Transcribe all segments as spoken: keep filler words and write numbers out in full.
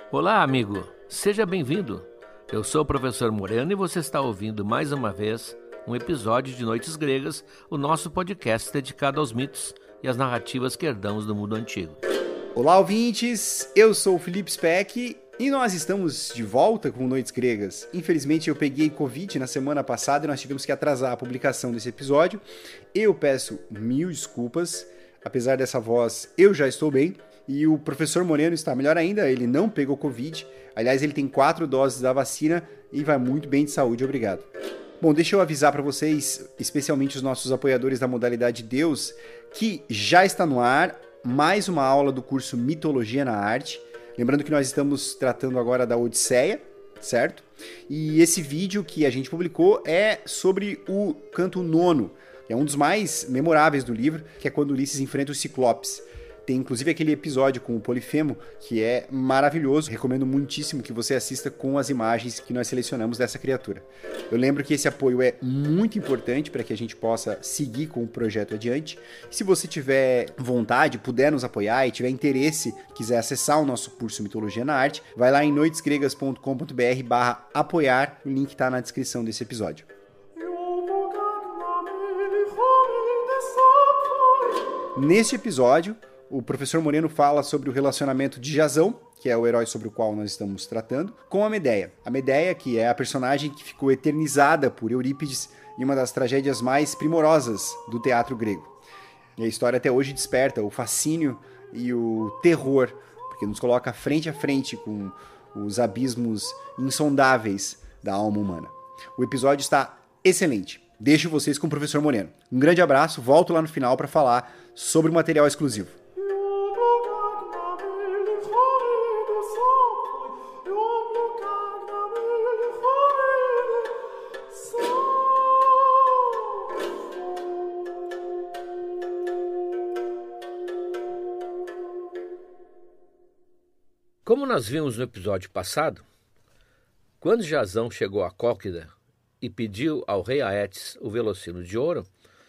Olá, amigo. Seja bem-vindo. Eu sou o professor Moreno e você está ouvindo mais uma vez um episódio de Noites Gregas, o nosso podcast dedicado aos mitos e às narrativas que herdamos do mundo antigo. Olá, ouvintes! Eu sou o Felipe Speck e nós estamos de volta com Noites Gregas. Infelizmente eu peguei Covid na semana passada e nós tivemos que atrasar a publicação desse episódio. Eu peço mil desculpas, apesar dessa voz eu já estou bem. E o professor Moreno está melhor ainda, ele não pegou Covid. Aliás, ele tem quatro doses da vacina e vai muito bem de saúde, obrigado. Bom, deixa eu avisar para vocês, especialmente os nossos apoiadores da modalidade Deus, que já está no ar mais uma aula do curso Mitologia na Arte. Lembrando que nós estamos tratando agora da Odisseia, certo? E esse vídeo que a gente publicou é sobre o canto nono. É um dos mais memoráveis do livro, que é quando Ulisses enfrenta os Ciclopes. Tem inclusive aquele episódio com o Polifemo, que é maravilhoso. Recomendo muitíssimo que você assista com as imagens que nós selecionamos dessa criatura. Eu lembro que esse apoio é muito importante para que a gente possa seguir com o projeto adiante. Se você tiver vontade, puder nos apoiar e tiver interesse, quiser acessar o nosso curso Mitologia na Arte, vai lá em noitesgregas ponto com ponto br barra apoiar. O link está na descrição desse episódio. Neste episódio, o professor Moreno fala sobre o relacionamento de Jasão, que é o herói sobre o qual nós estamos tratando, com a Medeia. A Medeia, que é a personagem que ficou eternizada por Eurípides em uma das tragédias mais primorosas do teatro grego. E a história até hoje desperta o fascínio e o terror, porque nos coloca frente a frente com os abismos insondáveis da alma humana. O episódio está excelente. Deixo vocês com o professor Moreno. Um grande abraço, volto lá no final para falar sobre o material exclusivo. Como nós vimos no episódio passado, quando Jasão chegou a Cólquida e pediu ao rei Aetes o velocino de ouro,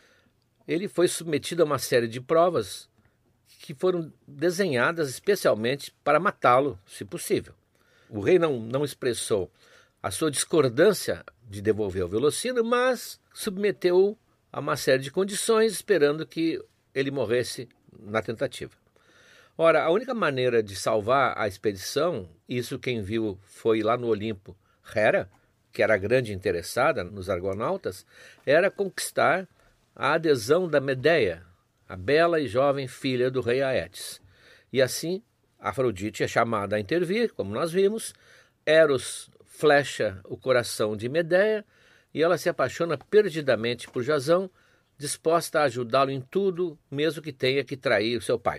ele foi submetido a uma série de provas que foram desenhadas especialmente para matá-lo, se possível. O rei não, não expressou a sua discordância de devolver o velocino, mas submeteu-o a uma série de condições, esperando que ele morresse na tentativa. Ora, a única maneira de salvar a expedição, isso quem viu foi lá no Olimpo Hera, que era a grande interessada nos argonautas, era conquistar a adesão da Medeia, a bela e jovem filha do rei Aetes. E assim, Afrodite é chamada a intervir, como nós vimos, Eros flecha o coração de Medeia e ela se apaixona perdidamente por Jasão, disposta a ajudá-lo em tudo, mesmo que tenha que trair o seu pai.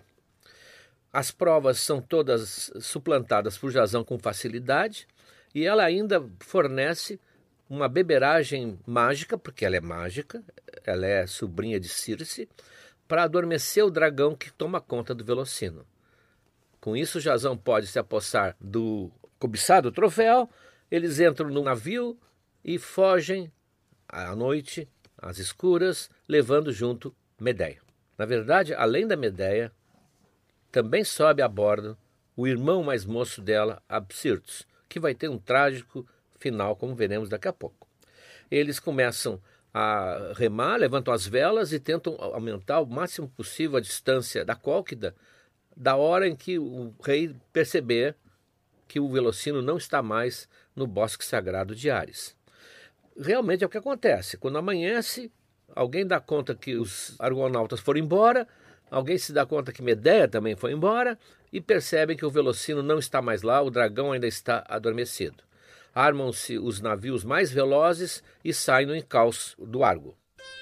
As provas são todas suplantadas por Jasão com facilidade e ela ainda fornece uma beberagem mágica, porque ela é mágica, ela é sobrinha de Circe, para adormecer o dragão que toma conta do velocino. Com isso, Jasão pode se apossar do cobiçado troféu, eles entram no navio e fogem à noite, às escuras, levando junto Medeia. Na verdade, além da Medeia, também sobe a bordo o irmão mais moço dela, Absirtos, que vai ter um trágico final, como veremos daqui a pouco. Eles começam a remar, levantam as velas e tentam aumentar o máximo possível a distância da Cólquida, da hora em que o rei perceber que o velocino não está mais no bosque sagrado de Ares. Realmente é o que acontece. Quando amanhece, alguém dá conta que os argonautas foram embora, alguém se dá conta que Medeia também foi embora e percebem que o velocino não está mais lá, o dragão ainda está adormecido. Armam-se os navios mais velozes e saem no encalço do Argo.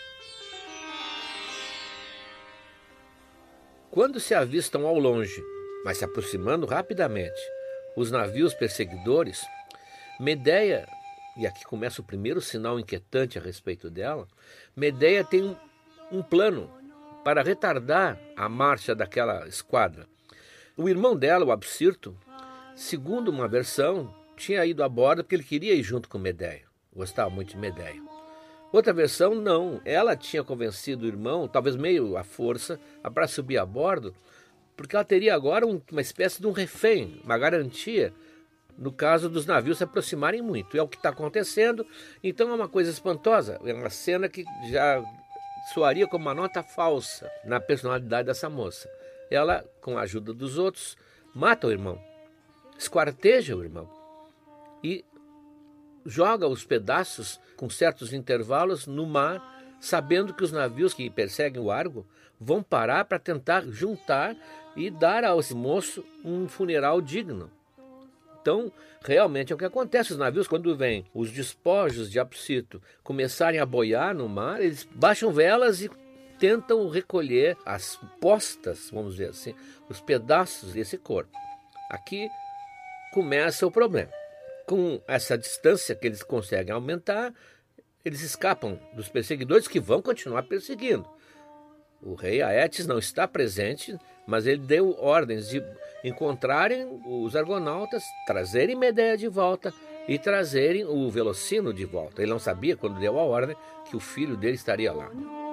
Quando se avistam ao longe, mas se aproximando rapidamente, os navios perseguidores, Medeia, e aqui começa o primeiro sinal inquietante a respeito dela, Medeia tem um, um plano para retardar a marcha daquela esquadra. O irmão dela, o Absirto, segundo uma versão, tinha ido a bordo porque ele queria ir junto com Medeia. Gostava muito de Medeia. Outra versão, não. Ela tinha convencido o irmão, talvez meio à força, para subir a bordo, porque ela teria agora um, uma espécie de um refém, uma garantia, no caso dos navios se aproximarem muito. É o que está acontecendo, então é uma coisa espantosa, é uma cena que já soaria como uma nota falsa na personalidade dessa moça. Ela, com a ajuda dos outros, mata o irmão, esquarteja o irmão e joga os pedaços com certos intervalos no mar, sabendo que os navios que perseguem o Argo vão parar para tentar juntar e dar ao moço um funeral digno. Então, realmente é o que acontece. Os navios, quando vêm os despojos de Apsito começarem a boiar no mar, eles baixam velas e tentam recolher as postas, vamos dizer assim, os pedaços desse corpo. Aqui começa o problema. Com essa distância que eles conseguem aumentar, eles escapam dos perseguidores que vão continuar perseguindo. O rei Aetes não está presente, mas ele deu ordens de encontrarem os argonautas, trazerem Medeia de volta e trazerem o Velocino de volta. Ele não sabia, quando deu a ordem, que o filho dele estaria lá.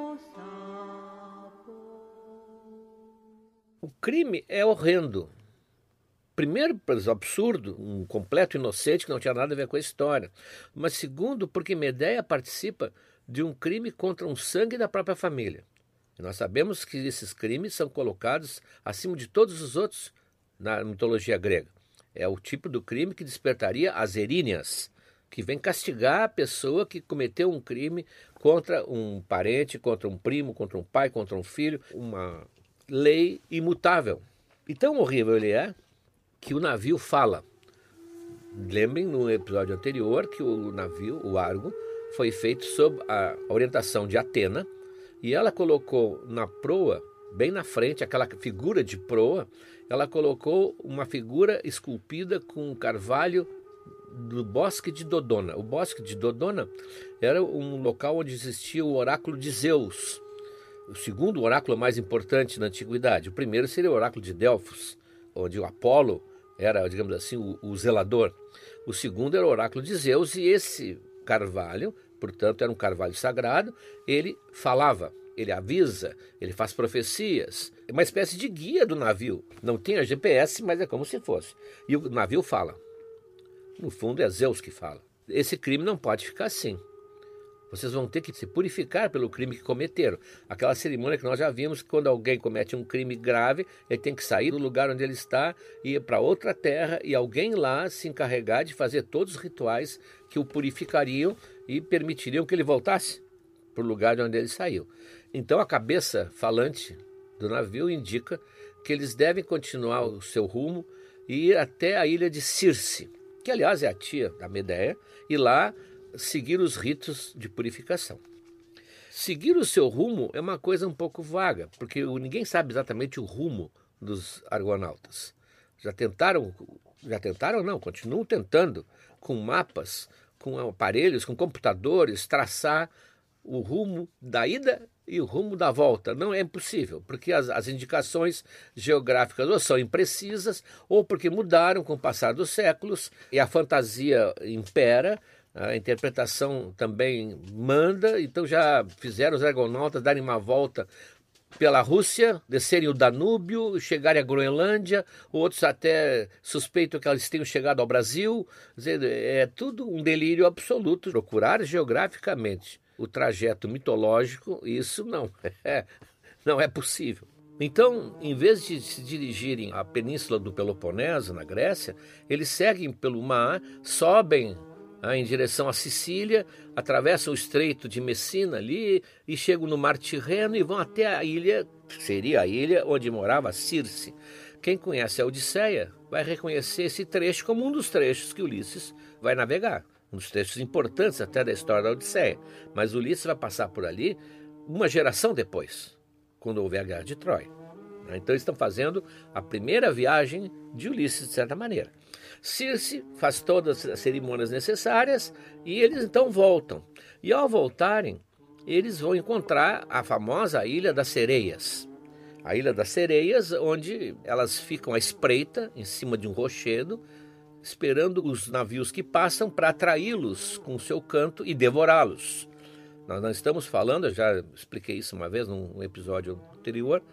O crime é horrendo. Primeiro, pelo absurdo, um completo inocente que não tinha nada a ver com a história. Mas segundo, porque Medeia participa de um crime contra um sangue da própria família. E nós sabemos que esses crimes são colocados acima de todos os outros na mitologia grega. É o tipo do crime que despertaria as eríneas, que vem castigar a pessoa que cometeu um crime contra um parente, contra um primo, contra um pai, contra um filho, uma lei imutável. E tão horrível ele é que o navio fala. Lembrem no episódio anterior que o navio, o Argo, foi feito sob a orientação de Atena, e ela colocou na proa, bem na frente, aquela figura de proa, ela colocou uma figura esculpida com carvalho do bosque de Dodona. O bosque de Dodona era um local onde existia o oráculo de Zeus, o segundo oráculo mais importante na antiguidade. O primeiro seria o oráculo de Delfos, onde o Apolo era, digamos assim, o, o zelador. O segundo era o oráculo de Zeus, e esse carvalho, portanto, era um carvalho sagrado, ele falava, ele avisa, ele faz profecias. É uma espécie de guia do navio. Não tem a G P S, mas é como se fosse. E o navio fala. No fundo, é Zeus que fala. Esse crime não pode ficar assim. Vocês vão ter que se purificar pelo crime que cometeram. Aquela cerimônia que nós já vimos, que quando alguém comete um crime grave, ele tem que sair do lugar onde ele está e ir para outra terra, e alguém lá se encarregar de fazer todos os rituais que o purificariam e permitiriam que ele voltasse para o lugar de onde ele saiu. Então a cabeça falante do navio indica que eles devem continuar o seu rumo e ir até a ilha de Circe, que aliás é a tia da Medeia, e lá seguir os ritos de purificação. Seguir o seu rumo é uma coisa um pouco vaga, porque ninguém sabe exatamente o rumo dos argonautas. Já tentaram, já tentaram não, continuam tentando, com mapas, com aparelhos, com computadores, traçar o rumo da ida e o rumo da volta. Não é impossível, porque as, as indicações geográficas ou são imprecisas, ou porque mudaram com o passar dos séculos e a fantasia impera. A interpretação também manda, então já fizeram os argonautas darem uma volta pela Rússia, descerem o Danúbio, chegarem à Groenlândia, outros até suspeitam que eles tenham chegado ao Brasil. É tudo um delírio absoluto. Procurar geograficamente o trajeto mitológico, isso não é, não é possível. Então, em vez de se dirigirem à península do Peloponeso, na Grécia, eles seguem pelo mar, sobem em direção à Sicília, atravessam o Estreito de Messina ali e chegam no Mar Tirreno e vão até a ilha, que seria a ilha onde morava Circe. Quem conhece a Odisseia vai reconhecer esse trecho como um dos trechos que Ulisses vai navegar, um dos trechos importantes até da história da Odisseia. Mas Ulisses vai passar por ali uma geração depois, quando houver a Guerra de Troia. Então eles estão fazendo a primeira viagem de Ulisses, de certa maneira. Circe faz todas as cerimônias necessárias e eles então voltam. E ao voltarem, eles vão encontrar a famosa Ilha das Sereias. A Ilha das Sereias, onde elas ficam à espreita, em cima de um rochedo, esperando os navios que passam para atraí-los com o seu canto e devorá-los. Nós não estamos falando, eu já expliquei isso uma vez num episódio anterior,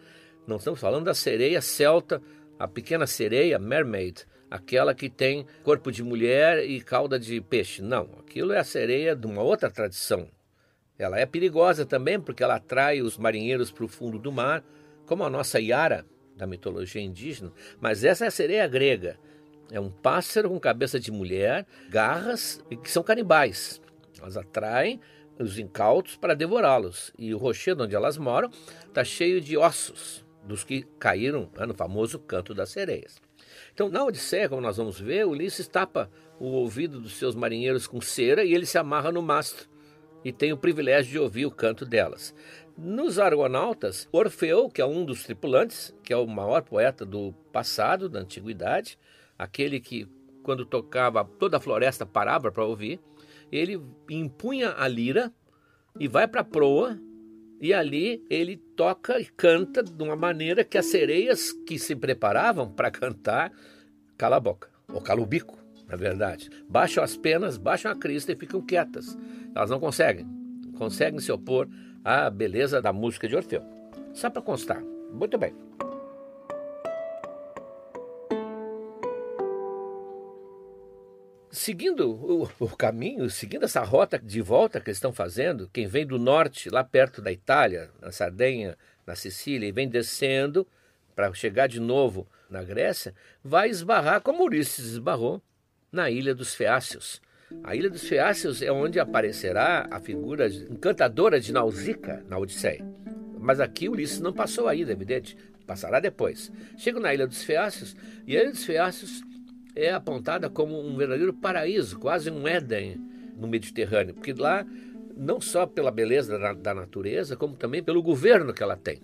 Não estamos falando da sereia celta, a pequena sereia, mermaid, aquela que tem corpo de mulher e cauda de peixe. Não, aquilo é a sereia de uma outra tradição. Ela é perigosa também porque ela atrai os marinheiros para o fundo do mar, como a nossa Yara, da mitologia indígena. Mas essa é a sereia grega. É um pássaro com cabeça de mulher, garras e que são canibais. Elas atraem os incautos para devorá-los. E o rochedo onde elas moram está cheio de ossos dos que caíram no famoso Canto das Sereias. Então, na Odisseia, como nós vamos ver, Ulisses tapa o ouvido dos seus marinheiros com cera e ele se amarra no mastro e tem o privilégio de ouvir o canto delas. Nos Argonautas, Orfeu, que é um dos tripulantes, que é o maior poeta do passado, da antiguidade, aquele que, quando tocava, toda a floresta parava para ouvir, ele empunha a lira e vai para a proa, e ali ele toca e canta de uma maneira que as sereias que se preparavam para cantar cala a boca, ou cala o bico, na verdade. Baixam as penas, baixam a crista e ficam quietas. Elas não conseguem, conseguem se opor à beleza da música de Orfeu. Só para constar. Muito bem. Seguindo o, o caminho, seguindo essa rota de volta que eles estão fazendo, quem vem do norte, lá perto da Itália, na Sardenha, na Sicília, e vem descendo para chegar de novo na Grécia, vai esbarrar, como Ulisses esbarrou, na Ilha dos Feácios. A Ilha dos Feácios é onde aparecerá a figura encantadora de Nausicaa na Odisseia. Mas aqui Ulisses não passou ainda, evidente, passará depois. Chego na Ilha dos Feácios, e a Ilha dos Feácios é apontada como um verdadeiro paraíso, quase um Éden no Mediterrâneo, porque lá, não só pela beleza da, da natureza, como também pelo governo que ela tem.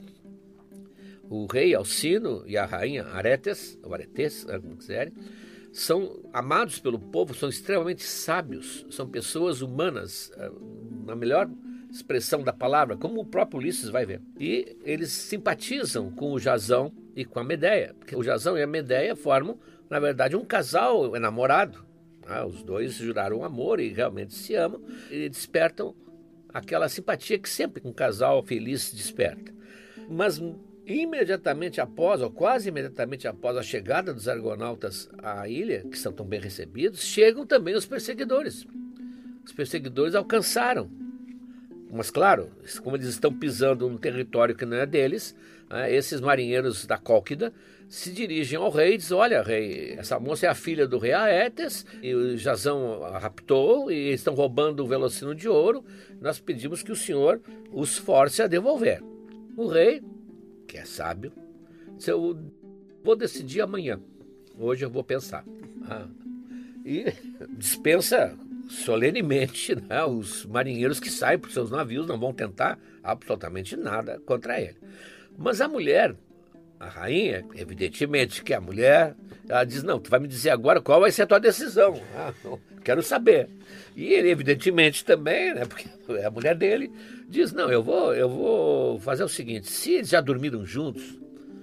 O rei Alcino e a rainha Aretes, ou Aretes, como quiserem, são amados pelo povo, são extremamente sábios, são pessoas humanas, na melhor expressão da palavra, como o próprio Ulisses vai ver. E eles simpatizam com o Jasão e com a Medeia, porque o Jasão e a Medeia formam, na verdade, um casal enamorado. Ah, os dois juraram amor e realmente se amam e despertam aquela simpatia que sempre um casal feliz desperta. Mas imediatamente após, ou quase imediatamente após a chegada dos argonautas à ilha, que são tão bem recebidos, chegam também os perseguidores. Os perseguidores alcançaram. Mas, claro, como eles estão pisando num território que não é deles, né, esses marinheiros da Cólquida se dirigem ao rei e dizem: olha, rei, essa moça é a filha do rei Aétes, e o Jasão a raptou, e estão roubando o velocino de ouro, nós pedimos que o senhor os force a devolver. O rei, que é sábio, disse: eu vou decidir amanhã, hoje eu vou pensar. Ah, e dispensa solenemente, né, os marinheiros que saem para os seus navios, não vão tentar absolutamente nada contra ele. Mas a mulher, a rainha, evidentemente que a mulher, ela diz: não, tu vai me dizer agora qual vai ser a tua decisão. Ah, não, quero saber. E ele, evidentemente, também, né, porque é a mulher dele, diz: não, eu vou, eu vou fazer o seguinte, se eles já dormiram juntos,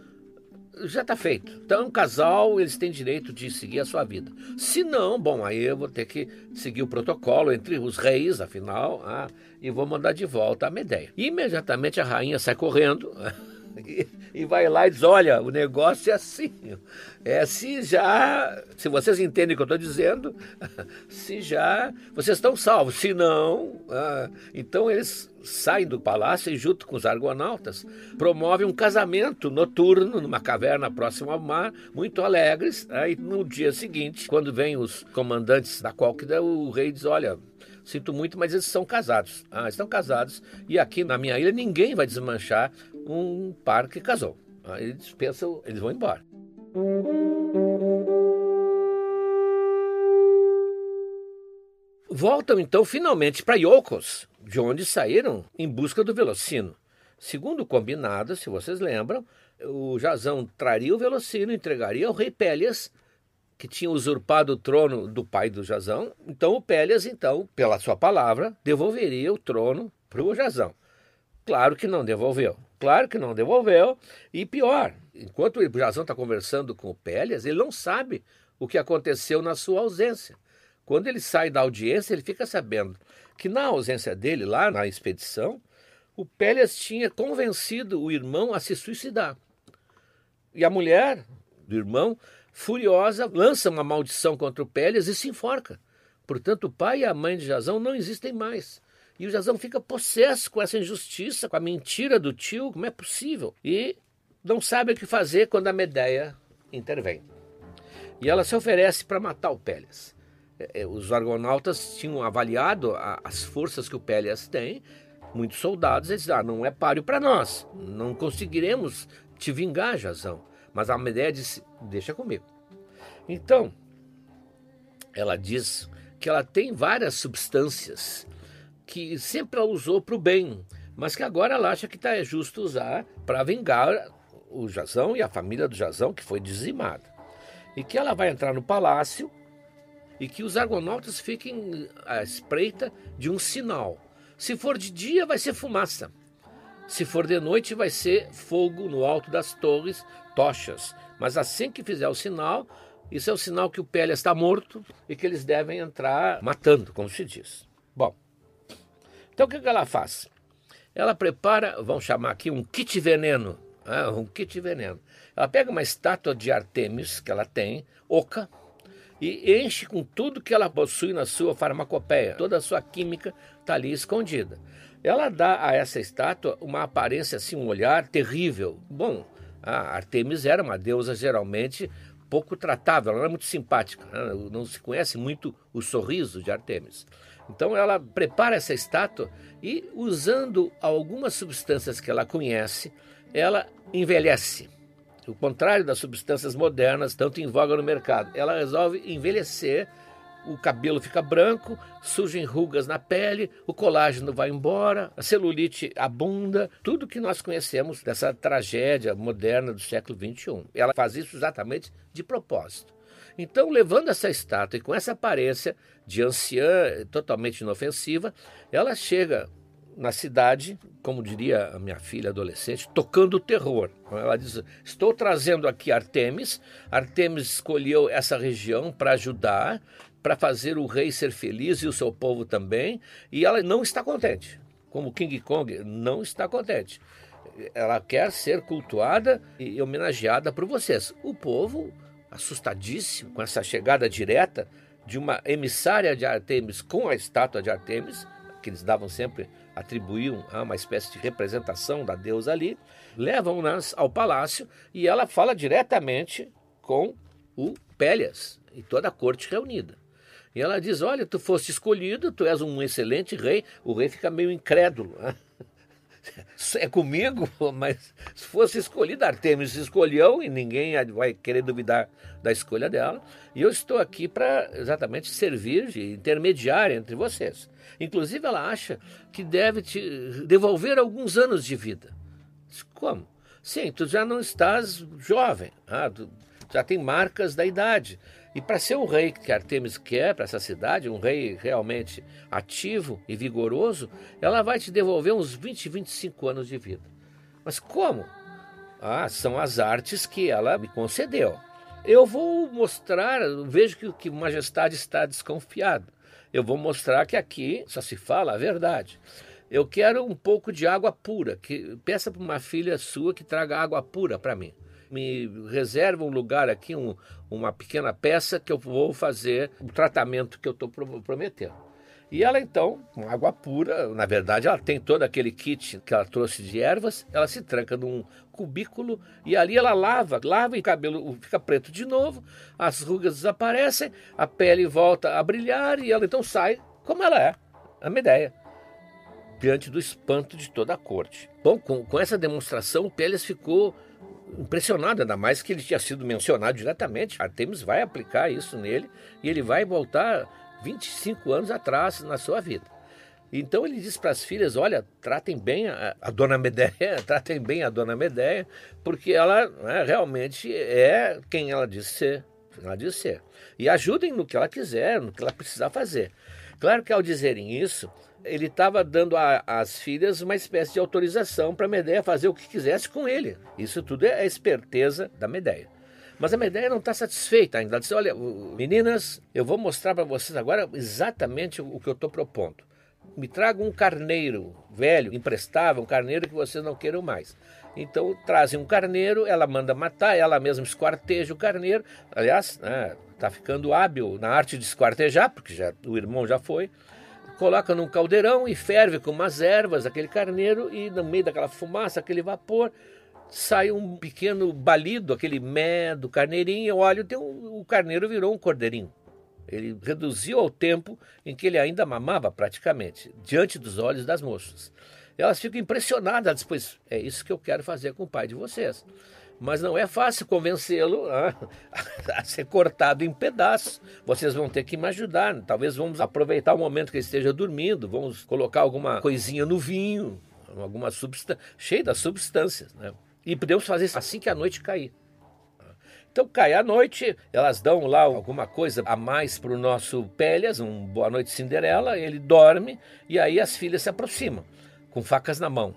já está feito. Então, é um casal, eles têm direito de seguir a sua vida. Se não, bom, aí eu vou ter que seguir o protocolo entre os reis, afinal, ah, e vou mandar de volta a Medeia. Imediatamente a rainha sai correndo e, e vai lá e diz: olha, o negócio é assim. É se já, se vocês entendem o que eu estou dizendo, se já, vocês estão salvos. Se não, ah, então eles saem do palácio e, junto com os argonautas, promovem um casamento noturno numa caverna próxima ao mar, muito alegres. Aí, no dia seguinte, quando vêm os comandantes da Cólquida, o rei diz: olha, sinto muito, mas eles são casados. Ah, estão casados, e aqui na minha ilha ninguém vai desmanchar um par que casou. Aí eles pensam, eles vão embora. Voltam então finalmente para Iolcos, de onde saíram em busca do velocino. Segundo o combinado, se vocês lembram, o Jasão traria o velocino, entregaria ao rei Pélias, que tinha usurpado o trono do pai do Jasão. Então o Pélias, então, pela sua palavra, devolveria o trono para o Jasão. Claro que não devolveu. Claro que não devolveu. E pior, enquanto o Jasão está conversando com o Pélias, ele não sabe o que aconteceu na sua ausência. Quando ele sai da audiência, ele fica sabendo que na ausência dele, lá na expedição, o Pélias tinha convencido o irmão a se suicidar. E a mulher do irmão, furiosa, lança uma maldição contra o Pélias e se enforca. Portanto, o pai e a mãe de Jazão não existem mais. E o Jazão fica possesso com essa injustiça, com a mentira do tio, como é possível? E não sabe o que fazer quando a Medeia intervém. E ela se oferece para matar o Pélias. Os argonautas tinham avaliado as forças que o Pélias tem, muitos soldados, eles dizem, ah, não é páreo para nós, não conseguiremos te vingar, Jazão. Mas a Medeia disse, deixa comigo. Então, ela diz que ela tem várias substâncias que sempre ela usou para o bem, mas que agora ela acha que tá justo usar para vingar o Jazão e a família do Jazão, que foi dizimada. E que ela vai entrar no palácio e que os argonautas fiquem à espreita de um sinal. Se for de dia, vai ser fumaça. Se for de noite, vai ser fogo no alto das torres, tochas. Mas assim que fizer o sinal, isso é o sinal que o Pélias está morto e que eles devem entrar matando, como se diz. Bom, então o que ela faz? Ela prepara, vamos chamar aqui um kit veneno, né? um kit veneno. Ela pega uma estátua de Artemis que ela tem, oca, e enche com tudo que ela possui na sua farmacopeia. Toda a sua química está ali escondida. Ela dá a essa estátua uma aparência, assim, um olhar terrível. Bom, a Artemis era uma deusa geralmente pouco tratável, ela não é muito simpática, né? Não se conhece muito o sorriso de Artemis. Então ela prepara essa estátua e, usando algumas substâncias que ela conhece, ela envelhece. O contrário das substâncias modernas, tanto em voga no mercado. Ela resolve envelhecer, o cabelo fica branco, surgem rugas na pele, o colágeno vai embora, a celulite abunda, tudo que nós conhecemos dessa tragédia moderna do século vinte e um. Ela faz isso exatamente de propósito. Então, levando essa estátua e com essa aparência de anciã totalmente inofensiva, ela chega na cidade, como diria a minha filha adolescente, tocando o terror. Ela diz, estou trazendo aqui Artemis, Artemis escolheu essa região para ajudar, para fazer o rei ser feliz e o seu povo também, e ela não está contente, como King Kong não está contente. Ela quer ser cultuada e homenageada por vocês. O povo, assustadíssimo com essa chegada direta de uma emissária de Artemis com a estátua de Artemis, que eles davam sempre, atribuíam a uma espécie de representação da deusa ali, levam-nas ao palácio e ela fala diretamente com o Pélias e toda a corte reunida. E ela diz, olha, tu foste escolhido, tu és um excelente rei. O rei fica meio incrédulo, né? É comigo, mas se fosse escolhida, Artemis escolheu e ninguém vai querer duvidar da escolha dela. E eu estou aqui para exatamente servir de intermediária entre vocês. Inclusive, ela acha que deve te devolver alguns anos de vida. Como? Sim, tu já não estás jovem, ah, tu já tem marcas da idade. E para ser o rei que Artemis quer para essa cidade, um rei realmente ativo e vigoroso, ela vai te devolver uns vinte, vinte e cinco anos de vida. Mas como? Ah, são as artes que ela me concedeu. Eu vou mostrar, vejo que, que Majestade está desconfiado. Eu vou mostrar que aqui só se fala a verdade. Eu quero um pouco de água pura. Que, peça para uma filha sua que traga água pura para mim. Me reserva um lugar aqui, um, uma pequena peça que eu vou fazer o tratamento que eu estou prometendo. E ela então, com água pura, na verdade ela tem todo aquele kit que ela trouxe de ervas, ela se tranca num cubículo e ali ela lava, lava e o cabelo fica preto de novo, as rugas desaparecem, a pele volta a brilhar e ela então sai como ela é, a Medeia, diante do espanto de toda a corte. Bom, com, com essa demonstração o Pélias ficou impressionado, ainda mais que ele tinha sido mencionado diretamente. Artemis vai aplicar isso nele e ele vai voltar vinte e cinco anos atrás na sua vida. Então ele diz para as filhas, olha, tratem bem a, a dona Medeia, tratem bem a dona Medeia, porque ela, né, realmente é quem ela diz ser, ela diz ser. E ajudem no que ela quiser, no que ela precisar fazer. Claro que ao dizerem isso, ele estava dando às filhas uma espécie de autorização para a Medeia fazer o que quisesse com ele. Isso tudo é a esperteza da Medeia. Mas a Medeia não está satisfeita ainda. Ela disse, olha, meninas, eu vou mostrar para vocês agora exatamente o que eu estou propondo. Me tragam um carneiro velho, emprestável, um carneiro que vocês não queiram mais. Então trazem um carneiro, ela manda matar, ela mesma esquarteja o carneiro. Aliás, está né, ficando hábil na arte de esquartejar, porque já, o irmão já foi. Coloca num caldeirão e ferve com umas ervas aquele carneiro, e no meio daquela fumaça, aquele vapor, sai um pequeno balido, aquele mé do carneirinho. Olha, tem um, o carneiro virou um cordeirinho. Ele reduziu ao tempo em que ele ainda mamava praticamente, diante dos olhos das moças. Elas ficam impressionadas, pois é isso que eu quero fazer com o pai de vocês. Mas não é fácil convencê-lo a, a ser cortado em pedaços. Vocês vão ter que me ajudar. Talvez vamos aproveitar o momento que ele esteja dormindo, vamos colocar alguma coisinha no vinho, alguma substância, cheia das substâncias, né? E podemos fazer isso assim que a noite cair. Então cai a noite, elas dão lá alguma coisa a mais para o nosso Pélias, um Boa Noite Cinderela, ele dorme e aí as filhas se aproximam, com facas na mão.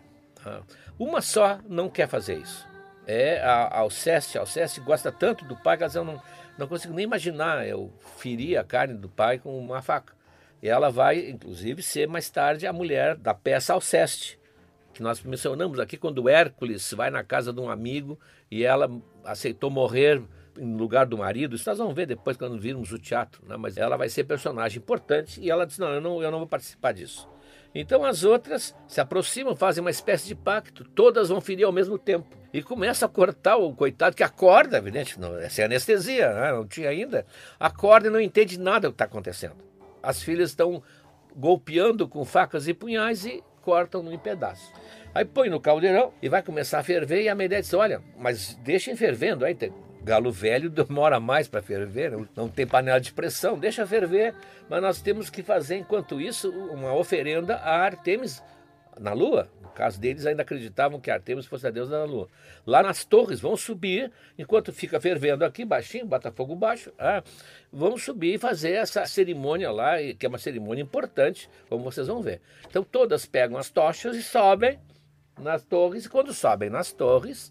Uma só não quer fazer isso. É a Alceste. A Alceste gosta tanto do pai que eu não, não consigo nem imaginar eu ferir a carne do pai com uma faca. E ela vai, inclusive, ser mais tarde a mulher da peça Alceste, que nós mencionamos aqui quando Hércules vai na casa de um amigo e ela aceitou morrer em lugar do marido. Isso nós vamos ver depois quando virmos o teatro, né? Mas ela vai ser personagem importante e ela diz, não eu, não, eu não vou participar disso. Então as outras se aproximam, fazem uma espécie de pacto, todas vão ferir ao mesmo tempo. E começa a cortar o coitado que acorda, evidente, não, essa é anestesia, né? Não tinha ainda. Acorda e não entende nada do que está acontecendo. As filhas estão golpeando com facas e punhais e cortam em pedaços. Aí põe no caldeirão e vai começar a ferver e a Medeia diz, olha, mas deixem fervendo, aí tem galo velho demora mais para ferver, não, não tem panela de pressão, deixa ferver, mas nós temos que fazer, enquanto isso, uma oferenda a Artemis na lua. No caso deles, ainda acreditavam que Artemis fosse a deusa da lua. Lá nas torres, vão subir, enquanto fica fervendo aqui, baixinho, Botafogo baixo, ah, vão subir e fazer essa cerimônia lá, que é uma cerimônia importante, como vocês vão ver. Então todas pegam as tochas e sobem nas torres, e quando sobem nas torres,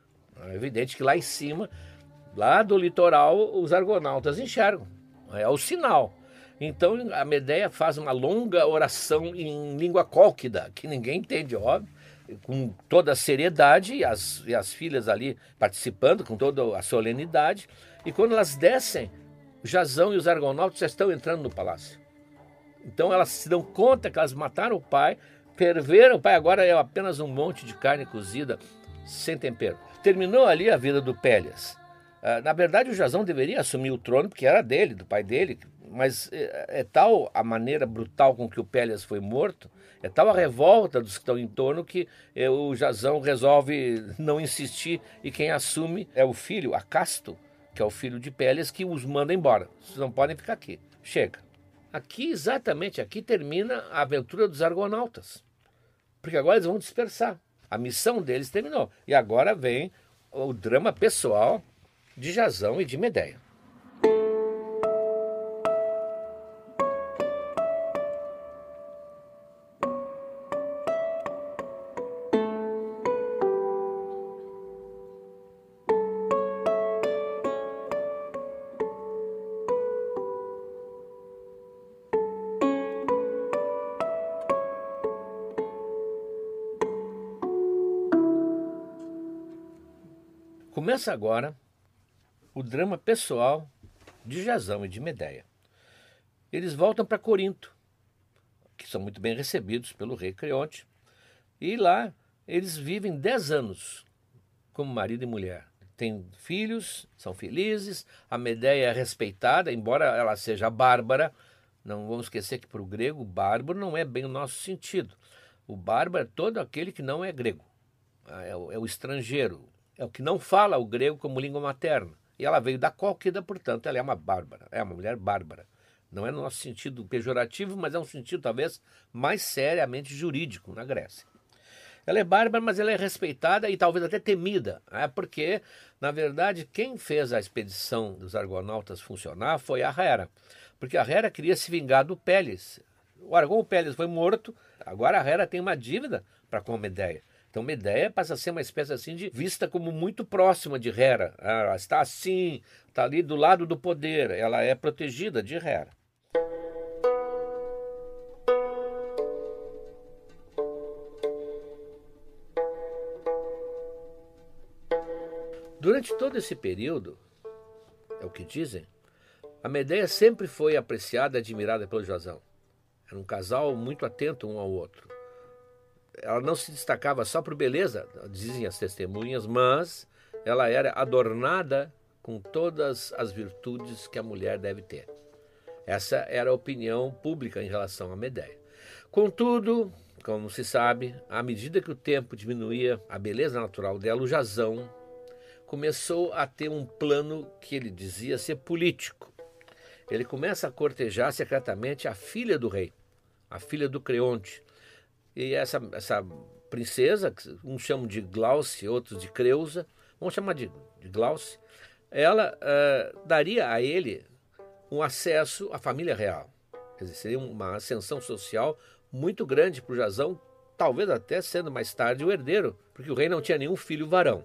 é evidente que lá em cima, lá do litoral, os argonautas enxergam, é o sinal. Então a Medeia faz uma longa oração em língua cólquida, que ninguém entende, óbvio, com toda a seriedade, e as, e as filhas ali participando com toda a solenidade, e quando elas descem, o Jasão e os argonautas já estão entrando no palácio. Então elas se dão conta que elas mataram o pai, ferveram o pai, agora é apenas um monte de carne cozida, sem tempero. Terminou ali a vida do Pélias. Na verdade, o Jasão deveria assumir o trono, porque era dele, do pai dele, mas é, é tal a maneira brutal com que o Pélias foi morto, é tal a revolta dos que estão em torno, que é, o Jasão resolve não insistir, e quem assume é o filho, Acasto, que é o filho de Pélias, que os manda embora. Vocês não podem ficar aqui. Chega. Aqui, exatamente aqui, termina a aventura dos argonautas, porque agora eles vão dispersar. A missão deles terminou. E agora vem o drama pessoal de Jasão e de Medeia. Começa agora o drama pessoal de Jasão e de Medeia. Eles voltam para Corinto, que são muito bem recebidos pelo rei Creonte, e lá eles vivem dez anos como marido e mulher. Têm filhos, são felizes, a Medeia é respeitada, embora ela seja bárbara. Não vamos esquecer que para o grego, bárbaro não é bem o nosso sentido. O bárbaro é todo aquele que não é grego, é o, é o estrangeiro, é o que não fala o grego como língua materna. E ela veio da Cólquida, portanto, ela é uma bárbara, é uma mulher bárbara. Não é no nosso sentido pejorativo, mas é um sentido talvez mais seriamente jurídico na Grécia. Ela é bárbara, mas ela é respeitada e talvez até temida, né? Porque, na verdade, quem fez a expedição dos argonautas funcionar foi a Hera, porque a Hera queria se vingar do Pélias. O Argon Pélias foi morto, agora a Hera tem uma dívida para com a Medeia. Então Medeia passa a ser uma espécie assim de vista como muito próxima de Hera. Ela está assim, está ali do lado do poder, ela é protegida de Hera. Durante todo esse período, é o que dizem, a Medeia sempre foi apreciada e admirada pelo Jasão. Era um casal muito atento um ao outro. Ela não se destacava só por beleza, dizem as testemunhas, mas ela era adornada com todas as virtudes que a mulher deve ter. Essa era a opinião pública em relação à Medeia. Contudo, como se sabe, à medida que o tempo diminuía a beleza natural dela, o Jasão começou a ter um plano que ele dizia ser político. Ele começa a cortejar secretamente a filha do rei, a filha do Creonte. E essa, essa princesa, que uns chamam de Glauce, outros de Creusa, vamos chamar de, de Glauce, ela uh, daria a ele um acesso à família real. Quer dizer, seria uma ascensão social muito grande para o Jasão, talvez até sendo mais tarde o herdeiro, porque o rei não tinha nenhum filho varão.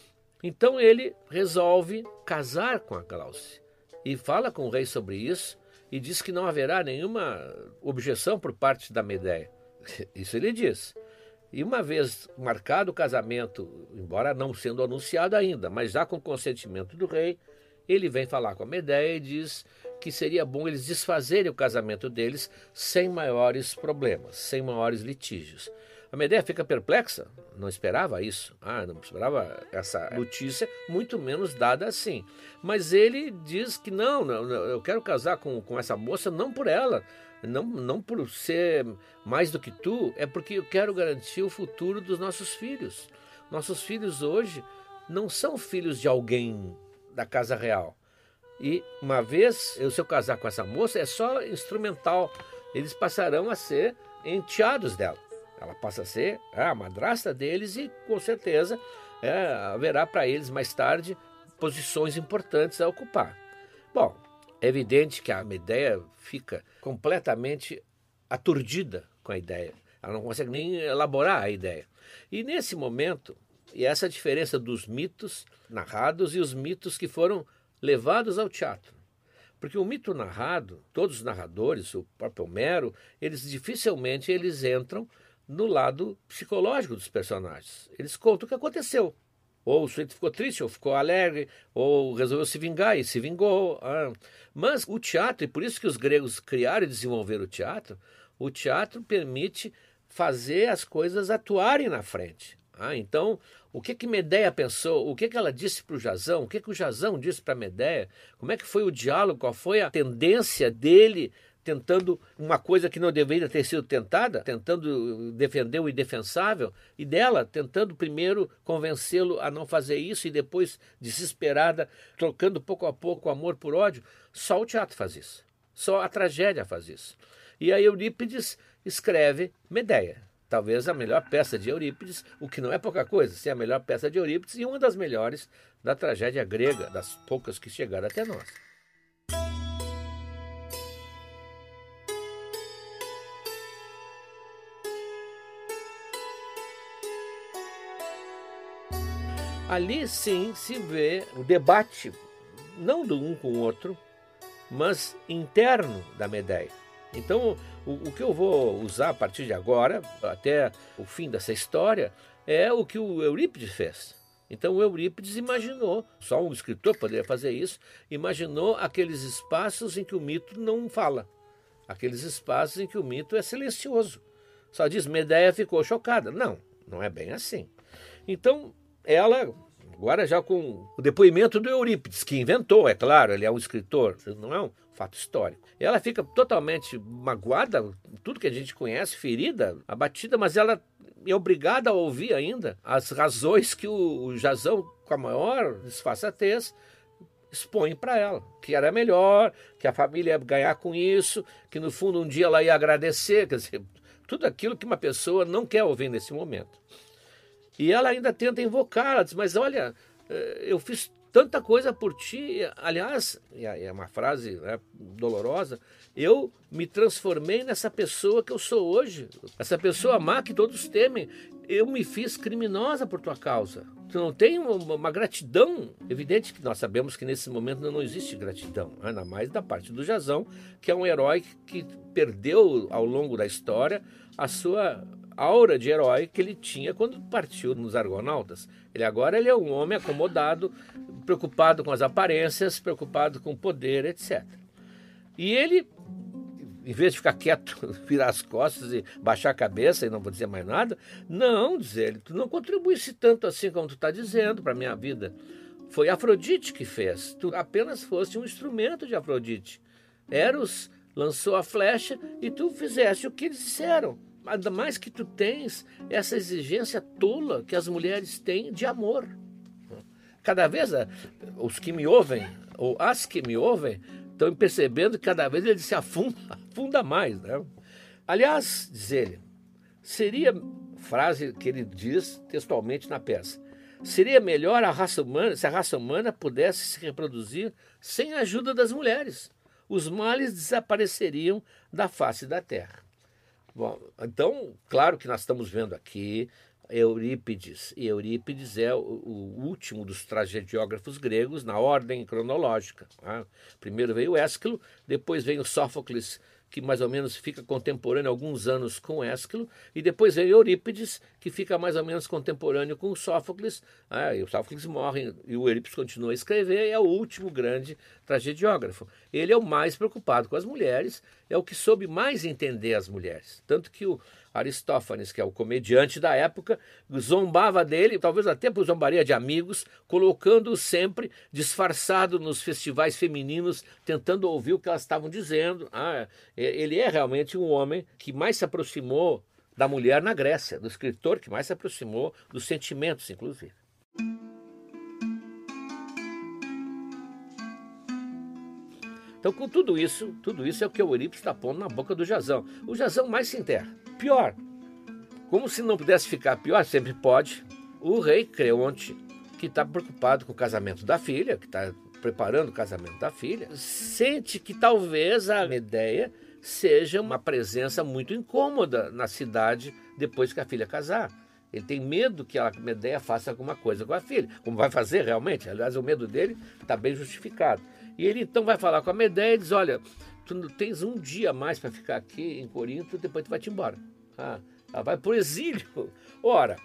Então ele resolve casar com a Glauce e fala com o rei sobre isso e diz que não haverá nenhuma objeção por parte da Medeia. Isso ele diz. E uma vez marcado o casamento, embora não sendo anunciado ainda, mas já com consentimento do rei, ele vem falar com a Medeia e diz que seria bom eles desfazerem o casamento deles sem maiores problemas, sem maiores litígios. A Medeia fica perplexa, não esperava isso, ah, não esperava essa notícia, muito menos dada assim. Mas ele diz que não, não eu quero casar com, com essa moça não por ela, não, não por ser mais do que tu, é porque eu quero garantir o futuro dos nossos filhos. Nossos filhos hoje não são filhos de alguém da casa real. E uma vez eu, se eu casar com essa moça, é só instrumental. Eles passarão a ser enteados dela. Ela passa a ser a madrasta deles e, com certeza, é, haverá para eles mais tarde posições importantes a ocupar. Bom, é evidente que a Medeia fica completamente aturdida com a ideia. Ela não consegue nem elaborar a ideia. E nesse momento, e essa diferença dos mitos narrados e os mitos que foram levados ao teatro. Porque o mito narrado, todos os narradores, o próprio Homero, eles dificilmente eles entram no lado psicológico dos personagens. Eles contam o que aconteceu. Ou o sujeito ficou triste, ou ficou alegre, ou resolveu se vingar e se vingou. Ah. Mas o teatro, e por isso que os gregos criaram e desenvolveram o teatro, o teatro permite fazer as coisas atuarem na frente. Ah, então, o que que Medeia pensou? O que que ela disse para o Jasão? O que que o Jasão disse para Medeia? Como é que foi o diálogo? Qual foi a tendência dele tentando uma coisa que não deveria ter sido tentada, tentando defender o indefensável, e dela tentando primeiro convencê-lo a não fazer isso e depois, desesperada, trocando pouco a pouco o amor por ódio? Só o teatro faz isso. Só a tragédia faz isso. E aí Eurípides escreve Medeia. Talvez a melhor peça de Eurípides, o que não é pouca coisa, se é a melhor peça de Eurípides e uma das melhores da tragédia grega, das poucas que chegaram até nós. Ali sim se vê o debate, não do um com o outro, mas interno da Medeia. Então, o, o que eu vou usar a partir de agora, até o fim dessa história, é o que o Eurípides fez. Então, o Eurípides imaginou, só um escritor poderia fazer isso, imaginou aqueles espaços em que o mito não fala, aqueles espaços em que o mito é silencioso. Só diz, Medeia ficou chocada. Não, não é bem assim. Então, ela, agora já com o depoimento do Eurípides, que inventou, é claro, ele é um escritor, não é um fato histórico. Ela fica totalmente magoada, tudo que a gente conhece, ferida, abatida, mas ela é obrigada a ouvir ainda as razões que o Jasão, com a maior disfarçatez, expõe para ela. Que era melhor, que a família ia ganhar com isso, que no fundo um dia ela ia agradecer, quer dizer, tudo aquilo que uma pessoa não quer ouvir nesse momento. E ela ainda tenta invocar, ela diz, mas olha, eu fiz tanta coisa por ti, aliás, é uma frase, né, dolorosa, eu me transformei nessa pessoa que eu sou hoje, essa pessoa má que todos temem, eu me fiz criminosa por tua causa. Tu não tem uma, uma gratidão? Evidente que nós sabemos que nesse momento não existe gratidão, ainda mais da parte do Jasão, que é um herói que perdeu ao longo da história a sua aura de herói que ele tinha quando partiu nos Argonautas. Ele agora ele é um homem acomodado, preocupado com as aparências, preocupado com o poder, etcétera. E ele, em vez de ficar quieto, virar as costas e baixar a cabeça e não vou dizer mais nada, não, diz ele, tu não contribuísse tanto assim como tu está dizendo para a minha vida. Foi Afrodite que fez, tu apenas foste um instrumento de Afrodite. Eros lançou a flecha e tu fizeste o que eles disseram. Ainda mais que tu tens essa exigência tola que as mulheres têm de amor. Cada vez os que me ouvem, ou as que me ouvem, estão percebendo que cada vez ele se afunda, afunda mais. Né? Aliás, diz ele, seria, frase que ele diz textualmente na peça, seria melhor a raça humana, se a raça humana pudesse se reproduzir sem a ajuda das mulheres. Os males desapareceriam da face da terra. Bom, então, claro que nós estamos vendo aqui Eurípides, e Eurípides é o, o último dos tragediógrafos gregos na ordem cronológica. Né? Primeiro veio Ésquilo, depois veio Sófocles, que mais ou menos fica contemporâneo alguns anos com Ésquilo, e depois vem Eurípides, que fica mais ou menos contemporâneo com Sófocles, ah, e o Sófocles morre e o Eurípides continua a escrever, e é o último grande tragediógrafo. Ele é o mais preocupado com as mulheres, é o que soube mais entender as mulheres, tanto que o Aristófanes, que é o comediante da época, zombava dele, talvez até por zombaria de amigos, colocando-o sempre disfarçado nos festivais femininos, tentando ouvir o que elas estavam dizendo. Ah, ele é realmente um homem que mais se aproximou da mulher na Grécia, do escritor que mais se aproximou dos sentimentos, inclusive. Então, com tudo isso, tudo isso é o que o Eurípides está pondo na boca do Jasão. O Jasão mais se enterra. Pior, como se não pudesse ficar pior, sempre pode, o rei Creonte, que está preocupado com o casamento da filha, que está preparando o casamento da filha, sente que talvez a Medeia seja uma presença muito incômoda na cidade depois que a filha casar. Ele tem medo que a Medeia faça alguma coisa com a filha, como vai fazer realmente. Aliás, o medo dele está bem justificado. E ele então vai falar com a Medeia e diz, olha, tu tens um dia a mais para ficar aqui em Corinto, depois tu vai te embora. Ah, ela vai para o exílio. Ora,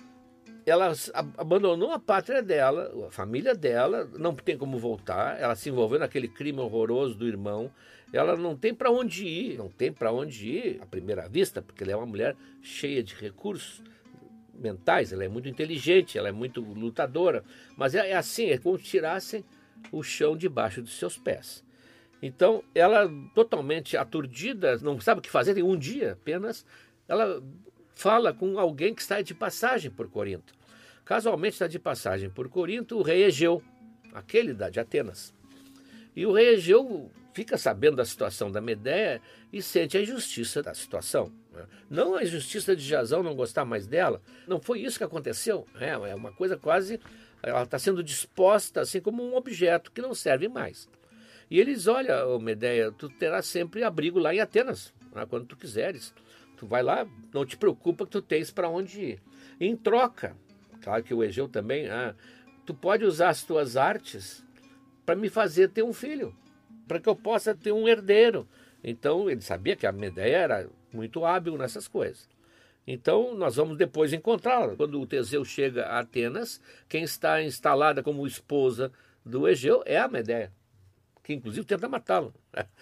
ela abandonou a pátria dela, a família dela, não tem como voltar, ela se envolveu naquele crime horroroso do irmão, ela não tem para onde ir, não tem para onde ir à primeira vista, porque ela é uma mulher cheia de recursos mentais, ela é muito inteligente, ela é muito lutadora, mas é assim, é como se tirassem o chão debaixo dos seus pés. Então, ela totalmente aturdida, não sabe o que fazer, tem um dia apenas, ela fala com alguém que está de passagem por Corinto. Casualmente está de passagem por Corinto o rei Egeu, aquele da de Atenas. E o rei Egeu fica sabendo da situação da Medeia e sente a injustiça da situação. Não a injustiça de Jasão não gostar mais dela, não foi isso que aconteceu, é uma coisa quase, ela está sendo disposta assim como um objeto que não serve mais. E eles, olha, oh, Medeia, tu terás sempre abrigo lá em Atenas, né, quando tu quiseres. Tu vai lá, não te preocupa que tu tens para onde ir. Em troca, claro que o Egeu também, ah, tu pode usar as tuas artes para me fazer ter um filho, para que eu possa ter um herdeiro. Então, ele sabia que a Medeia era muito hábil nessas coisas. Então, nós vamos depois encontrá-la. Quando o Teseu chega a Atenas, quem está instalada como esposa do Egeu é a Medeia, que inclusive tenta matá-lo.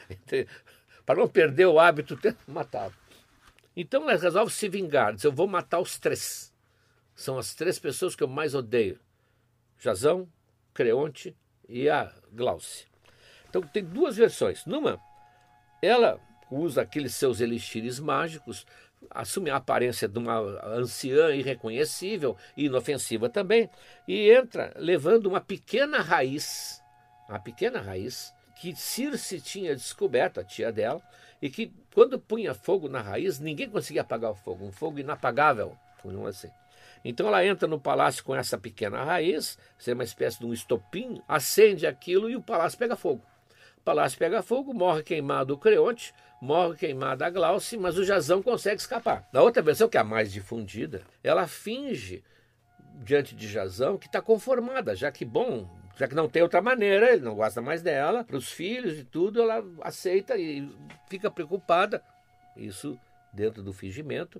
Para não perder o hábito, tenta matá-lo. Então, ela resolve se vingar. Diz, eu vou matar os três. São as três pessoas que eu mais odeio. Jasão, Creonte e a Glauce. Então, tem duas versões. Numa, ela usa aqueles seus elixires mágicos, assume a aparência de uma anciã irreconhecível e inofensiva também, e entra levando uma pequena raiz, uma pequena raiz que Circe tinha descoberto, a tia dela, e que quando punha fogo na raiz, ninguém conseguia apagar o fogo, um fogo inapagável, como assim. Então ela entra no palácio com essa pequena raiz, é uma espécie de um estopim, acende aquilo e o palácio pega fogo. O palácio pega fogo, morre queimado o Creonte, morre queimada a Glauce, mas o Jasão consegue escapar. Na outra versão, que é a mais difundida, ela finge, diante de Jasão, que está conformada, já que, bom, já que não tem outra maneira, ele não gosta mais dela, para os filhos e tudo, ela aceita e fica preocupada, isso dentro do fingimento,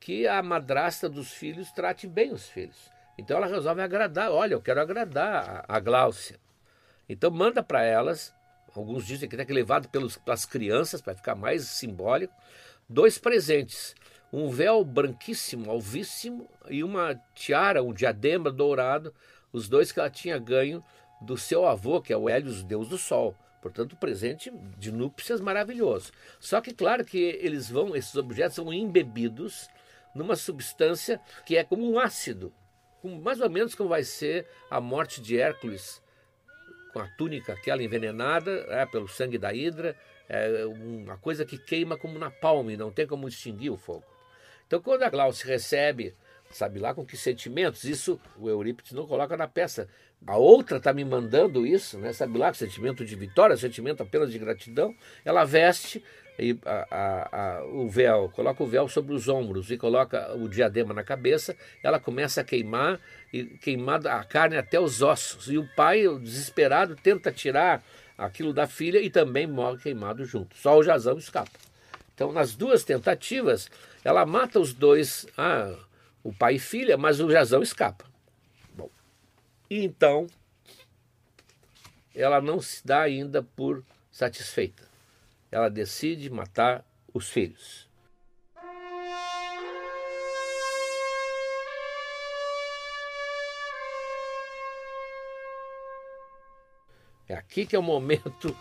que a madrasta dos filhos trate bem os filhos. Então ela resolve agradar, olha, eu quero agradar a, a Gláucia. Então manda para elas, alguns dizem que tem que levado pelos, pelas crianças, para ficar mais simbólico, dois presentes. Um véu branquíssimo, alvíssimo, e uma tiara, um diadema dourado, os dois que ela tinha ganho do seu avô, que é o Hélios, deus do sol. Portanto, um presente de núpcias maravilhoso. Só que, claro que eles vão, esses objetos são embebidos numa substância que é como um ácido, mais ou menos como vai ser a morte de Hércules, com a túnica aquela envenenada é, pelo sangue da hidra, é uma coisa que queima como napalm, não tem como extinguir o fogo. Então, quando a Gláucia recebe, sabe lá com que sentimentos, isso o Eurípides não coloca na peça. A outra está me mandando isso, né? Sabe lá, sentimento de vitória, sentimento apenas de gratidão. Ela veste e a, a, a, o véu, coloca o véu sobre os ombros e coloca o diadema na cabeça. Ela começa a queimar, e queimar a carne até os ossos. E o pai, desesperado, tenta tirar aquilo da filha e também morre queimado junto. Só o Jasão escapa. Então, nas duas tentativas, ela mata os dois, ah, o pai e filha, mas o Jasão escapa. Bom, e então, ela não se dá ainda por satisfeita. Ela decide matar os filhos. É aqui que é o momento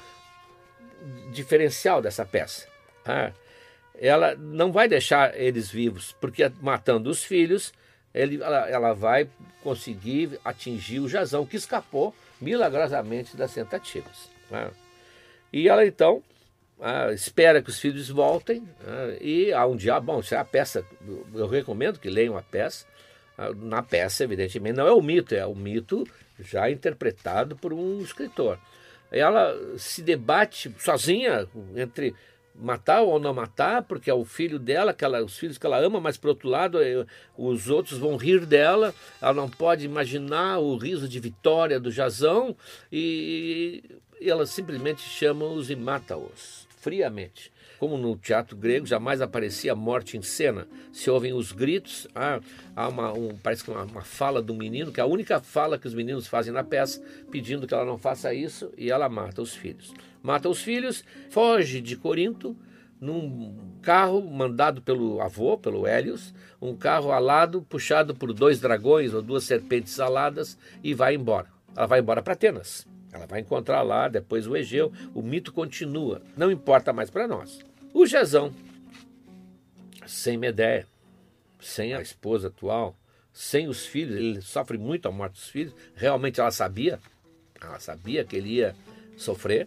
diferencial dessa peça. Ah, ela não vai deixar eles vivos, porque matando os filhos, ele, ela, ela vai conseguir atingir o Jasão, que escapou milagrosamente das tentativas. Ah, e ela então ah, espera que os filhos voltem, ah, e há um dia, bom, se é a peça, eu recomendo que leiam a peça. Ah, na peça, evidentemente, não é o mito, é o mito já interpretado por um escritor. Ela se debate sozinha entre matar ou não matar, porque é o filho dela, que ela, os filhos que ela ama, mas, por outro lado, os outros vão rir dela, ela não pode imaginar o riso de vitória do Jasão, e, e ela simplesmente chama-os e mata-os, friamente. Como no teatro grego jamais aparecia morte em cena, se ouvem os gritos, há, há uma, um, parece que uma, uma fala do menino, que é a única fala que os meninos fazem na peça, pedindo que ela não faça isso, e ela mata os filhos. Mata os filhos, foge de Corinto num carro mandado pelo avô, pelo Hélios, um carro alado, puxado por dois dragões ou duas serpentes aladas, e vai embora. Ela vai embora para Atenas. Ela vai encontrar lá depois o Egeu, o mito continua, não importa mais para nós. O Jasão, sem Medeia, sem a esposa atual, sem os filhos, ele sofre muito a morte dos filhos, realmente ela sabia, ela sabia que ele ia sofrer.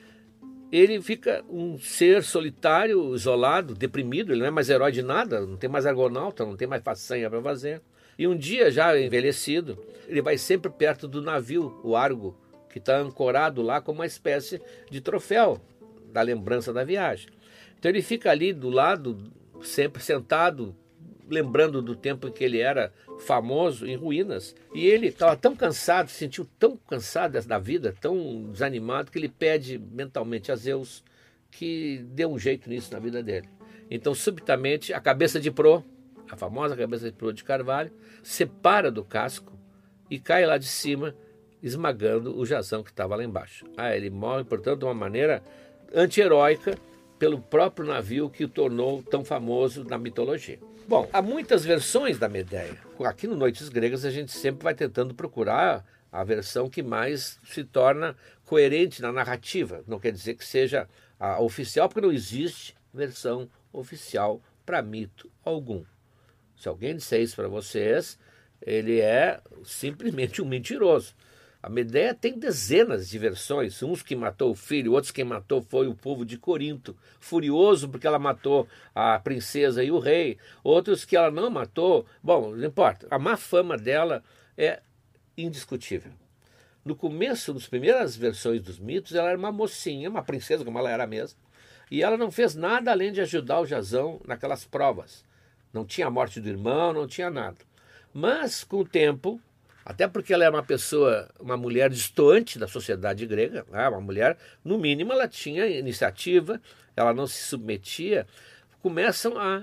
Ele fica um ser solitário, isolado, deprimido, ele não é mais herói de nada, não tem mais argonauta, não tem mais façanha para fazer. E um dia, já envelhecido, ele vai sempre perto do navio, o Argo, que está ancorado lá como uma espécie de troféu da lembrança da viagem. Então ele fica ali do lado, sempre sentado, lembrando do tempo em que ele era famoso, em ruínas. E ele estava tão cansado, se sentiu tão cansado da vida, tão desanimado, que ele pede mentalmente a Zeus que dê um jeito nisso na vida dele. Então, subitamente, a cabeça de Pro, a famosa cabeça de Pro de Carvalho, separa do casco e cai lá de cima, esmagando o Jasão que estava lá embaixo. Ah, ele morre, portanto, de uma maneira anti-heróica, pelo próprio navio que o tornou tão famoso na mitologia. Bom, há muitas versões da Medeia. Aqui no Noites Gregas a gente sempre vai tentando procurar a versão que mais se torna coerente na narrativa. Não quer dizer que seja a oficial, porque não existe versão oficial para mito algum. Se alguém disser isso para vocês, ele é simplesmente um mentiroso. A Medeia tem dezenas de versões, uns que matou o filho, outros que matou foi o povo de Corinto, furioso porque ela matou a princesa e o rei, outros que ela não matou. Bom, não importa, a má fama dela é indiscutível. No começo, nas primeiras versões dos mitos, ela era uma mocinha, uma princesa como ela era mesmo, e ela não fez nada além de ajudar o Jasão naquelas provas. Não tinha a morte do irmão, não tinha nada. Mas, com o tempo, até porque ela era uma pessoa, uma mulher distoante da sociedade grega, né? Uma mulher, no mínimo, ela tinha iniciativa, ela não se submetia, começam a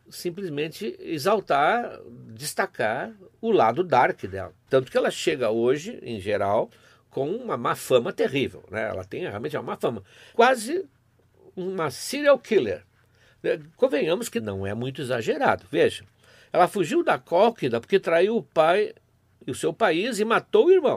simplesmente exaltar, destacar o lado dark dela. Tanto que ela chega hoje, em geral, com uma má fama terrível, né? Ela tem realmente uma má fama. Quase uma serial killer. Convenhamos que não é muito exagerado. Veja, ela fugiu da Cólquida porque traiu o pai e o seu país e matou o irmão.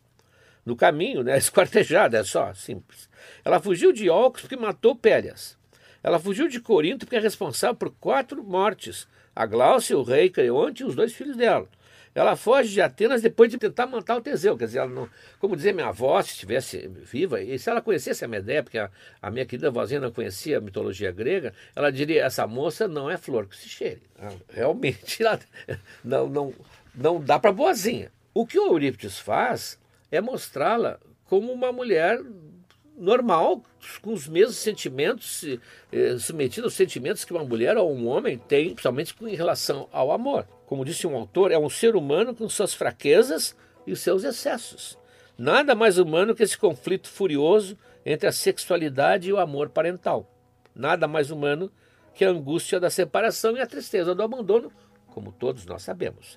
No caminho, né? Esquartejada, é só, simples. Ela fugiu de Olcos porque matou Pélias. Ela fugiu de Corinto porque é responsável por quatro mortes. A Gláucia, o rei Creonte e os dois filhos dela. Ela foge de Atenas depois de tentar matar o Teseu. Quer dizer, ela não, como dizia minha avó, se estivesse viva, e se ela conhecesse a Medeia, porque a, a minha querida vozinha não conhecia a mitologia grega, ela diria, essa moça não é flor que se cheire. Realmente, ela, não, não, não dá para boazinha. O que o Eurípides faz é mostrá-la como uma mulher normal, com os mesmos sentimentos, eh, submetida aos sentimentos que uma mulher ou um homem tem, principalmente em relação ao amor. Como disse um autor, é um ser humano com suas fraquezas e os seus excessos. Nada mais humano que esse conflito furioso entre a sexualidade e o amor parental. Nada mais humano que a angústia da separação e a tristeza do abandono, como todos nós sabemos.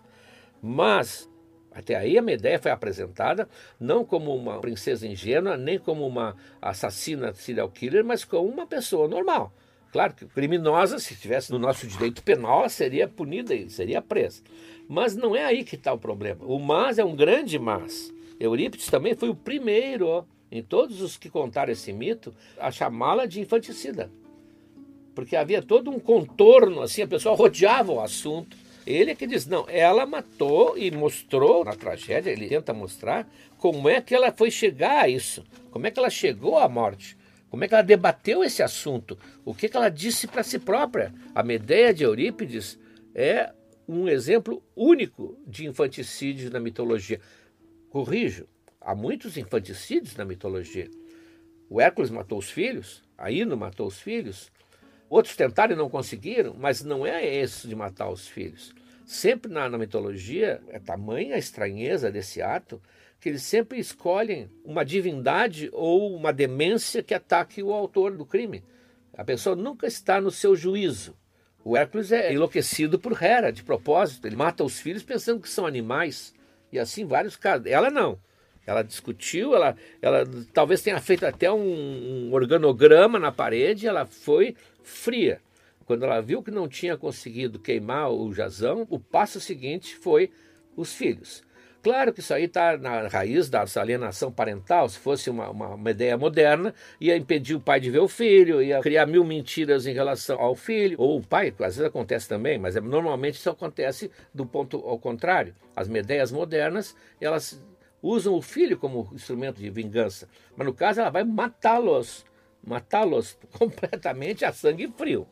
Mas até aí a Medeia foi apresentada não como uma princesa ingênua, nem como uma assassina serial killer, mas como uma pessoa normal. Claro que criminosa, se estivesse no nosso direito penal, ela seria punida e seria presa. Mas não é aí que está o problema. O mas é um grande mas. Eurípides também foi o primeiro, ó, em todos os que contaram esse mito, a chamá-la de infanticida. Porque havia todo um contorno, assim, a pessoa rodeava o assunto. Ele é que diz, não, ela matou e mostrou na tragédia, ele tenta mostrar como é que ela foi chegar a isso, como é que ela chegou à morte, como é que ela debateu esse assunto, o que, que ela disse para si própria. A Medeia de Eurípides é um exemplo único de infanticídio na mitologia. Corrijo, há muitos infanticídios na mitologia. O Hércules matou os filhos, a Ino matou os filhos, outros tentaram e não conseguiram, mas não é esse de matar os filhos. Sempre na, na mitologia, é tamanha a estranheza desse ato, que eles sempre escolhem uma divindade ou uma demência que ataque o autor do crime. A pessoa nunca está no seu juízo. O Hércules é enlouquecido por Hera, de propósito. Ele mata os filhos pensando que são animais. E assim vários casos. Ela não. Ela discutiu, ela, ela talvez tenha feito até um, um organograma na parede, ela foi fria. Quando ela viu que não tinha conseguido queimar o Jasão, o passo seguinte foi os filhos. Claro que isso aí está na raiz da alienação parental. Se fosse uma, uma, uma ideia moderna, ia impedir o pai de ver o filho, ia criar mil mentiras em relação ao filho, ou o pai, às vezes acontece também, mas é, normalmente isso acontece do ponto ao contrário. As Medeias modernas, elas usam o filho como instrumento de vingança, mas no caso ela vai matá-los, matá-los completamente a sangue frio.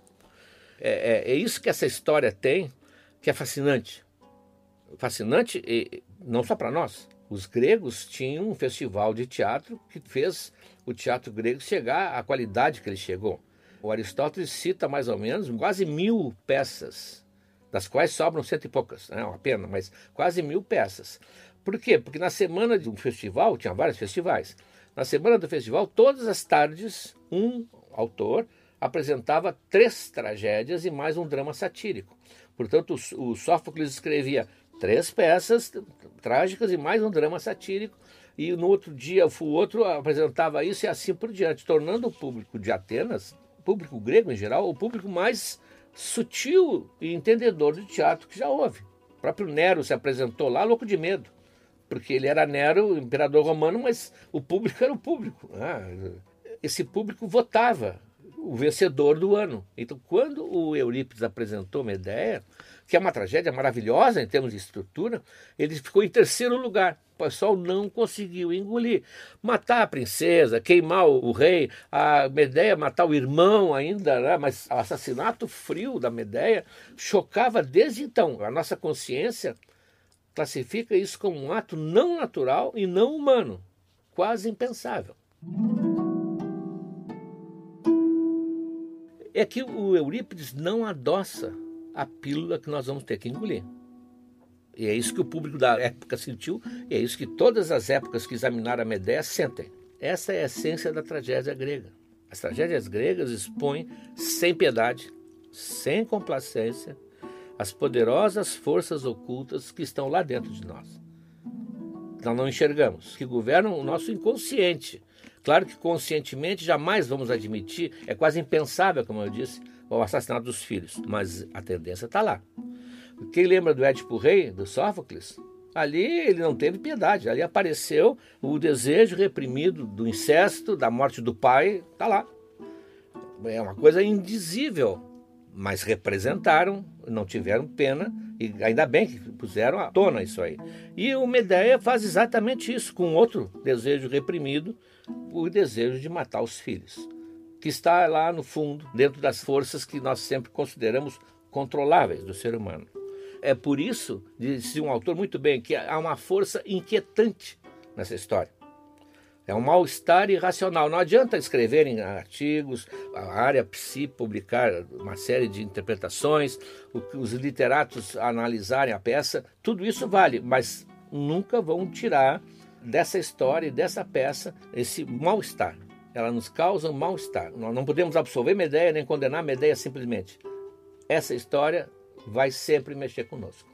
É, é, é isso que essa história tem, que é fascinante. Fascinante e não só para nós. Os gregos tinham um festival de teatro que fez o teatro grego chegar à qualidade que ele chegou. O Aristóteles cita mais ou menos quase mil peças, das quais sobram cento e poucas, não é uma pena, mas quase mil peças. Por quê? Porque na semana de um festival, tinha vários festivais, na semana do festival, todas as tardes, um autor apresentava três tragédias e mais um drama satírico. Portanto, o Sófocles escrevia três peças trágicas e mais um drama satírico, e no outro dia o outro apresentava isso e assim por diante, tornando o público de Atenas, o público grego em geral, o público mais sutil e entendedor de teatro que já houve. O próprio Nero se apresentou lá louco de medo, porque ele era Nero, imperador romano, mas o público era o público. Ah, esse público votava o vencedor do ano. Então, quando o Eurípides apresentou Medeia, que é uma tragédia maravilhosa em termos de estrutura, ele ficou em terceiro lugar. O pessoal não conseguiu engolir. Matar a princesa, queimar o rei, a Medeia matar o irmão ainda, né? Mas o assassinato frio da Medeia chocava desde então. A nossa consciência classifica isso como um ato não natural e não humano, quase impensável. É que o Eurípides não adoça a pílula que nós vamos ter que engolir. E é isso que o público da época sentiu, e é isso que todas as épocas que examinaram a Medeia sentem. Essa é a essência da tragédia grega. As tragédias gregas expõem sem piedade sem complacência, as poderosas forças ocultas que estão lá dentro de nós. Nós não enxergamos, que governam o nosso inconsciente. Claro que conscientemente jamais vamos admitir, é quase impensável, como eu disse, o assassinato dos filhos, mas a tendência está lá. Quem lembra do Édipo Rei, do Sófocles? Ali ele não teve piedade, ali apareceu o desejo reprimido do incesto, da morte do pai, está lá. É uma coisa indizível, mas representaram, não tiveram pena, e ainda bem que puseram à tona isso aí. E o Medeia faz exatamente isso, com outro desejo reprimido, o desejo de matar os filhos, que está lá no fundo, dentro das forças que nós sempre consideramos controláveis do ser humano. É por isso, disse um autor muito bem, que há uma força inquietante nessa história. É um mal-estar irracional. Não adianta escreverem artigos, a área psi publicar uma série de interpretações, os literatos analisarem a peça, tudo isso vale, mas nunca vão tirar dessa história e dessa peça esse mal-estar. Ela nos causa um mal-estar. Nós não podemos absolver Medeia nem condenar Medeia simplesmente. Essa história vai sempre mexer conosco.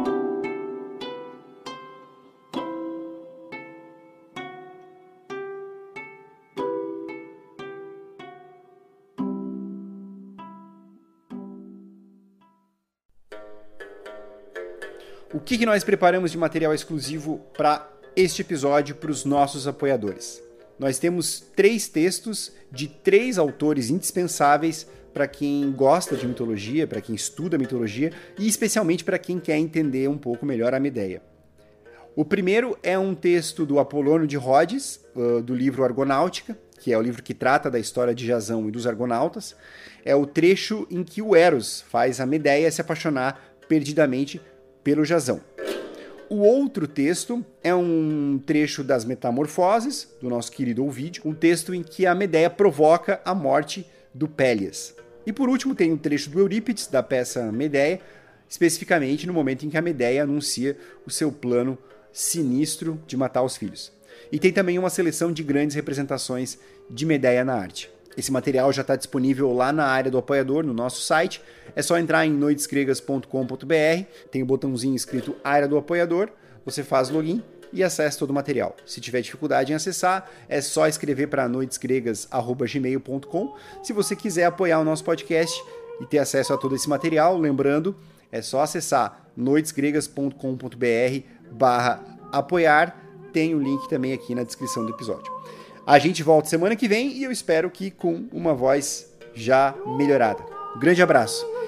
O que, que nós preparamos de material exclusivo para este episódio para os nossos apoiadores? Nós temos três textos de três autores indispensáveis para quem gosta de mitologia, para quem estuda mitologia e especialmente para quem quer entender um pouco melhor a Medeia. O primeiro é um texto do Apolônio de Rhodes, do livro Argonáutica, que é o livro que trata da história de Jasão e dos argonautas. É o trecho em que o Eros faz a Medeia se apaixonar perdidamente pelo Jasão. O outro texto é um trecho das Metamorfoses, do nosso querido Ovídio, um texto em que a Medeia provoca a morte do Pélias. E por último tem um trecho do Eurípides, da peça Medeia, especificamente no momento em que a Medeia anuncia o seu plano sinistro de matar os filhos. E tem também uma seleção de grandes representações de Medeia na arte. Esse material já está disponível lá na área do apoiador, no nosso site. É só entrar em noites gregas ponto com ponto b r, tem o botãozinho escrito área do apoiador, você faz login e acessa todo o material. Se tiver dificuldade em acessar, é só escrever para noites gregas arroba gmail ponto com. Se você quiser apoiar o nosso podcast e ter acesso a todo esse material, lembrando, é só acessar noites gregas ponto com ponto b r barra apoiar. Tem o link também aqui na descrição do episódio. A gente volta semana que vem e eu espero que com uma voz já melhorada. Um grande abraço.